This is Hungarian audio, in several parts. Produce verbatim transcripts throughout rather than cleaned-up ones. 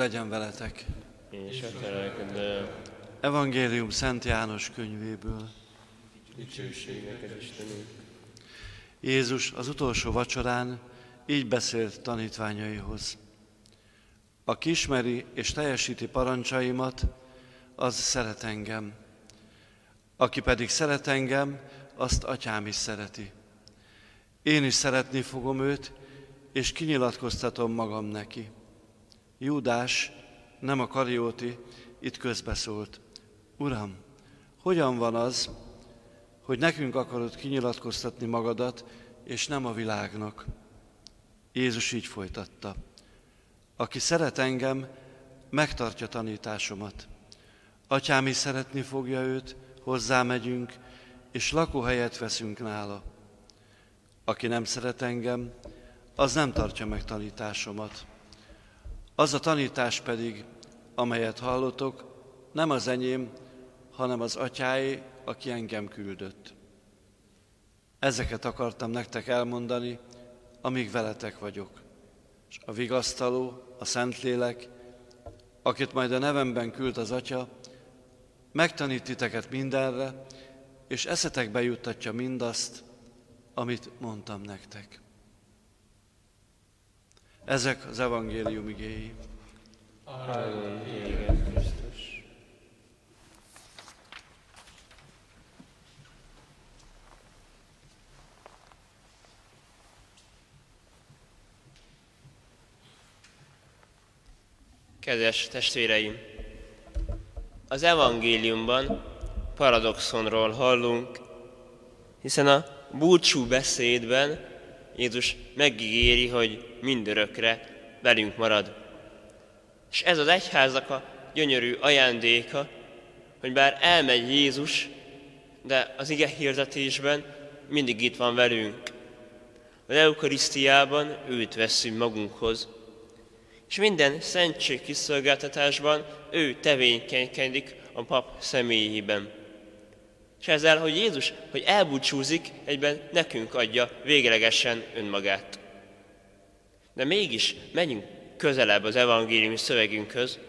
legyen veletek! És a te lelkeddel. Evangélium Szent János könyvéből. Dicsőség neked, Istenünk! Jézus az utolsó vacsorán így beszélt tanítványaihoz. Aki ismeri és teljesíti parancsaimat, az szeret engem. Aki pedig szeret engem, azt Atyám is szereti. Én is szeretni fogom őt, és kinyilatkoztatom magam neki. Júdás, nem a Karióti, itt közbeszólt. Uram, hogyan van az, hogy nekünk akarod kinyilatkoztatni magadat, és nem a világnak? Jézus így folytatta. Aki szeret engem, megtartja tanításomat. Atyám is szeretni fogja őt, hozzámegyünk, és lakóhelyet veszünk nála. Aki nem szeret engem, az nem tartja meg tanításomat. Az a tanítás pedig, amelyet hallotok, nem az enyém, hanem az Atyáé, aki engem küldött. Ezeket akartam nektek elmondani, amíg veletek vagyok. És a vigasztaló, a Szentlélek, akit majd a nevemben küld az Atya, megtanít titeket mindenre, és eszetekbe juttatja mindazt, amit mondtam nektek. Ezek az evangélium igéi. Áldjon téged, Krisztus! Kedves testvéreim! Az evangéliumban paradoxonról hallunk, hiszen a búcsú beszédben Jézus megígéri, hogy mindörökre velünk marad. És ez az egyháznak a gyönyörű ajándéka, hogy bár elmegy Jézus, de az ige hirdetésben mindig itt van velünk. Az eukarisztiában őt vesszünk magunkhoz. És minden szentség kiszolgáltatásban ő tevékenykedik a pap személyében. És ezzel, hogy Jézus, hogy elbúcsúzik, egyben nekünk adja véglegesen önmagát. De mégis menjünk közelebb az evangéliumi szövegünkhöz.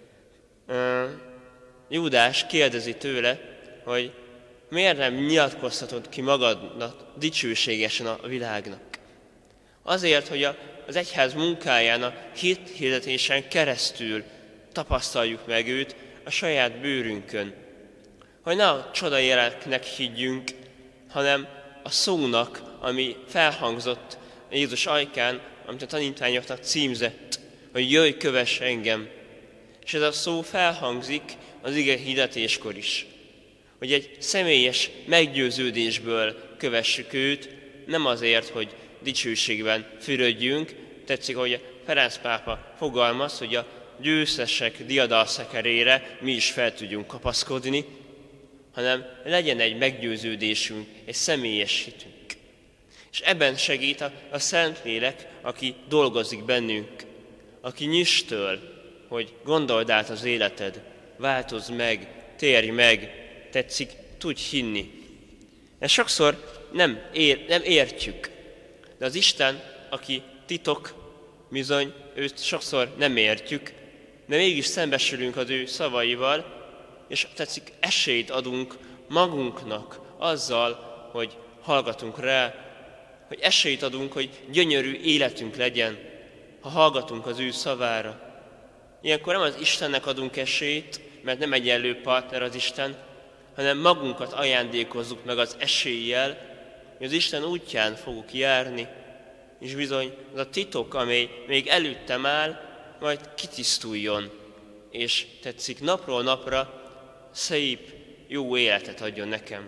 Júdás kérdezi tőle, hogy miért nem nyilatkoztatod ki magadnak dicsőségesen a világnak. Azért, hogy az egyház munkáján, a hit hirdetésen keresztül tapasztaljuk meg őt a saját bőrünkön. Hogy ne a csodajeleknek higgyünk, hanem a szónak, ami felhangzott Jézus ajkán, amit a tanítványoknak címzett, hogy jöjj, kövess engem. És ez a szó felhangzik az ige hirdetéskor is. Hogy egy személyes meggyőződésből kövessük őt, nem azért, hogy dicsőségben fürödjünk. Tetszik, hogy Ferenc pápa fogalmaz, hogy a győztesek diadalszekerére mi is fel tudjunk kapaszkodni, hanem legyen egy meggyőződésünk, egy személyes hitünk. És ebben segít a, a Szentlélek, aki dolgozik bennünk, aki nyistöl, hogy gondold át az életed, változz meg, térj meg, tetszik, tudj hinni. Ezt sokszor nem, ér, nem értjük, de az Isten, aki titok, bizony, őt sokszor nem értjük, de mégis szembesülünk az ő szavaival, és tetszik, esélyt adunk magunknak azzal, hogy hallgatunk rá, hogy esélyt adunk, hogy gyönyörű életünk legyen, ha hallgatunk az ő szavára. Ilyenkor nem az Istennek adunk esélyt, mert nem egyenlő partner az Isten, hanem magunkat ajándékozzuk meg az eséllyel, hogy az Isten útján fogunk járni, és bizony az a titok, amely még előttem áll, majd kitisztuljon, és tetszik napról napra szép, jó életet adjon nekem.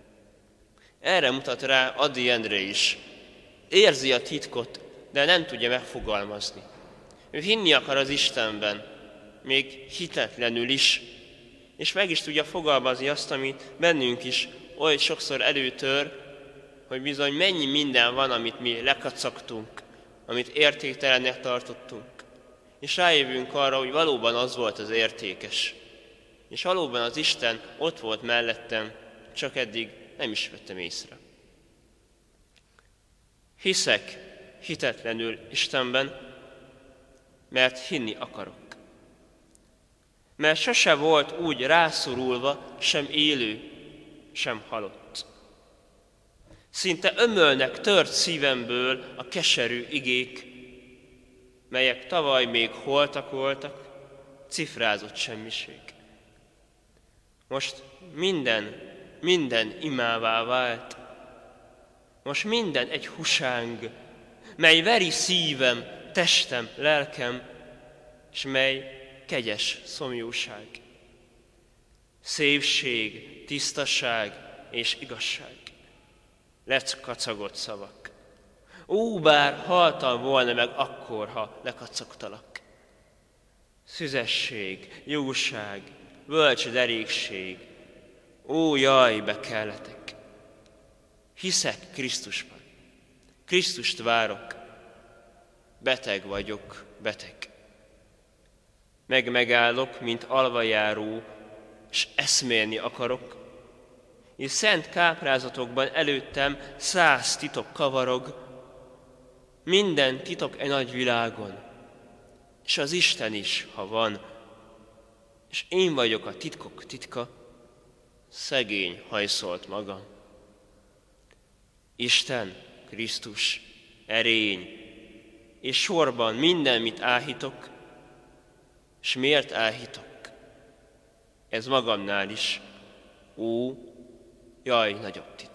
Erre mutat rá Ady Endre is. Érzi a titkot, de nem tudja megfogalmazni. Ő hinni akar az Istenben, még hitetlenül is, és meg is tudja fogalmazni azt, amit bennünk is oly sokszor előtör, hogy bizony mennyi minden van, amit mi lekacagtunk, amit értéktelennek tartottunk. És rájövünk arra, hogy valóban az volt az értékes. És valóban az Isten ott volt mellettem, csak eddig nem is vettem észre. Hiszek hitetlenül Istenben, mert hinni akarok. mert sose volt úgy rászorulva, sem élő, sem halott. Szinte ömölnek tört szívemből a keserű igék, melyek tavaly még holtak voltak, cifrázott semmiség. Most minden, minden imává vált. Most minden egy husáng, mely veri szívem, testem, lelkem, és mely kegyes szomjúság. Szépség, tisztaság és igazság. Lekacagott szavak. Ó, bár haltam volna meg akkor, ha lekacagtalak. Szüzesség, jóság, bölcs derékség. Ó, jaj, bekelletek. Hiszek Krisztusban. Krisztust várok. Beteg vagyok, beteg. Meg megállok, mint alvajáró, és eszmélni akarok, és szent káprázatokban előttem száz titok kavarog, minden titok e nagy világon, és az Isten is, ha van, és én vagyok a titkok titka, szegény hajszolt magam. Isten, Krisztus, erény, és sorban minden, mit áhítok, és miért áhítok? Ez magamnál is, ó, jaj, nagyobb titok.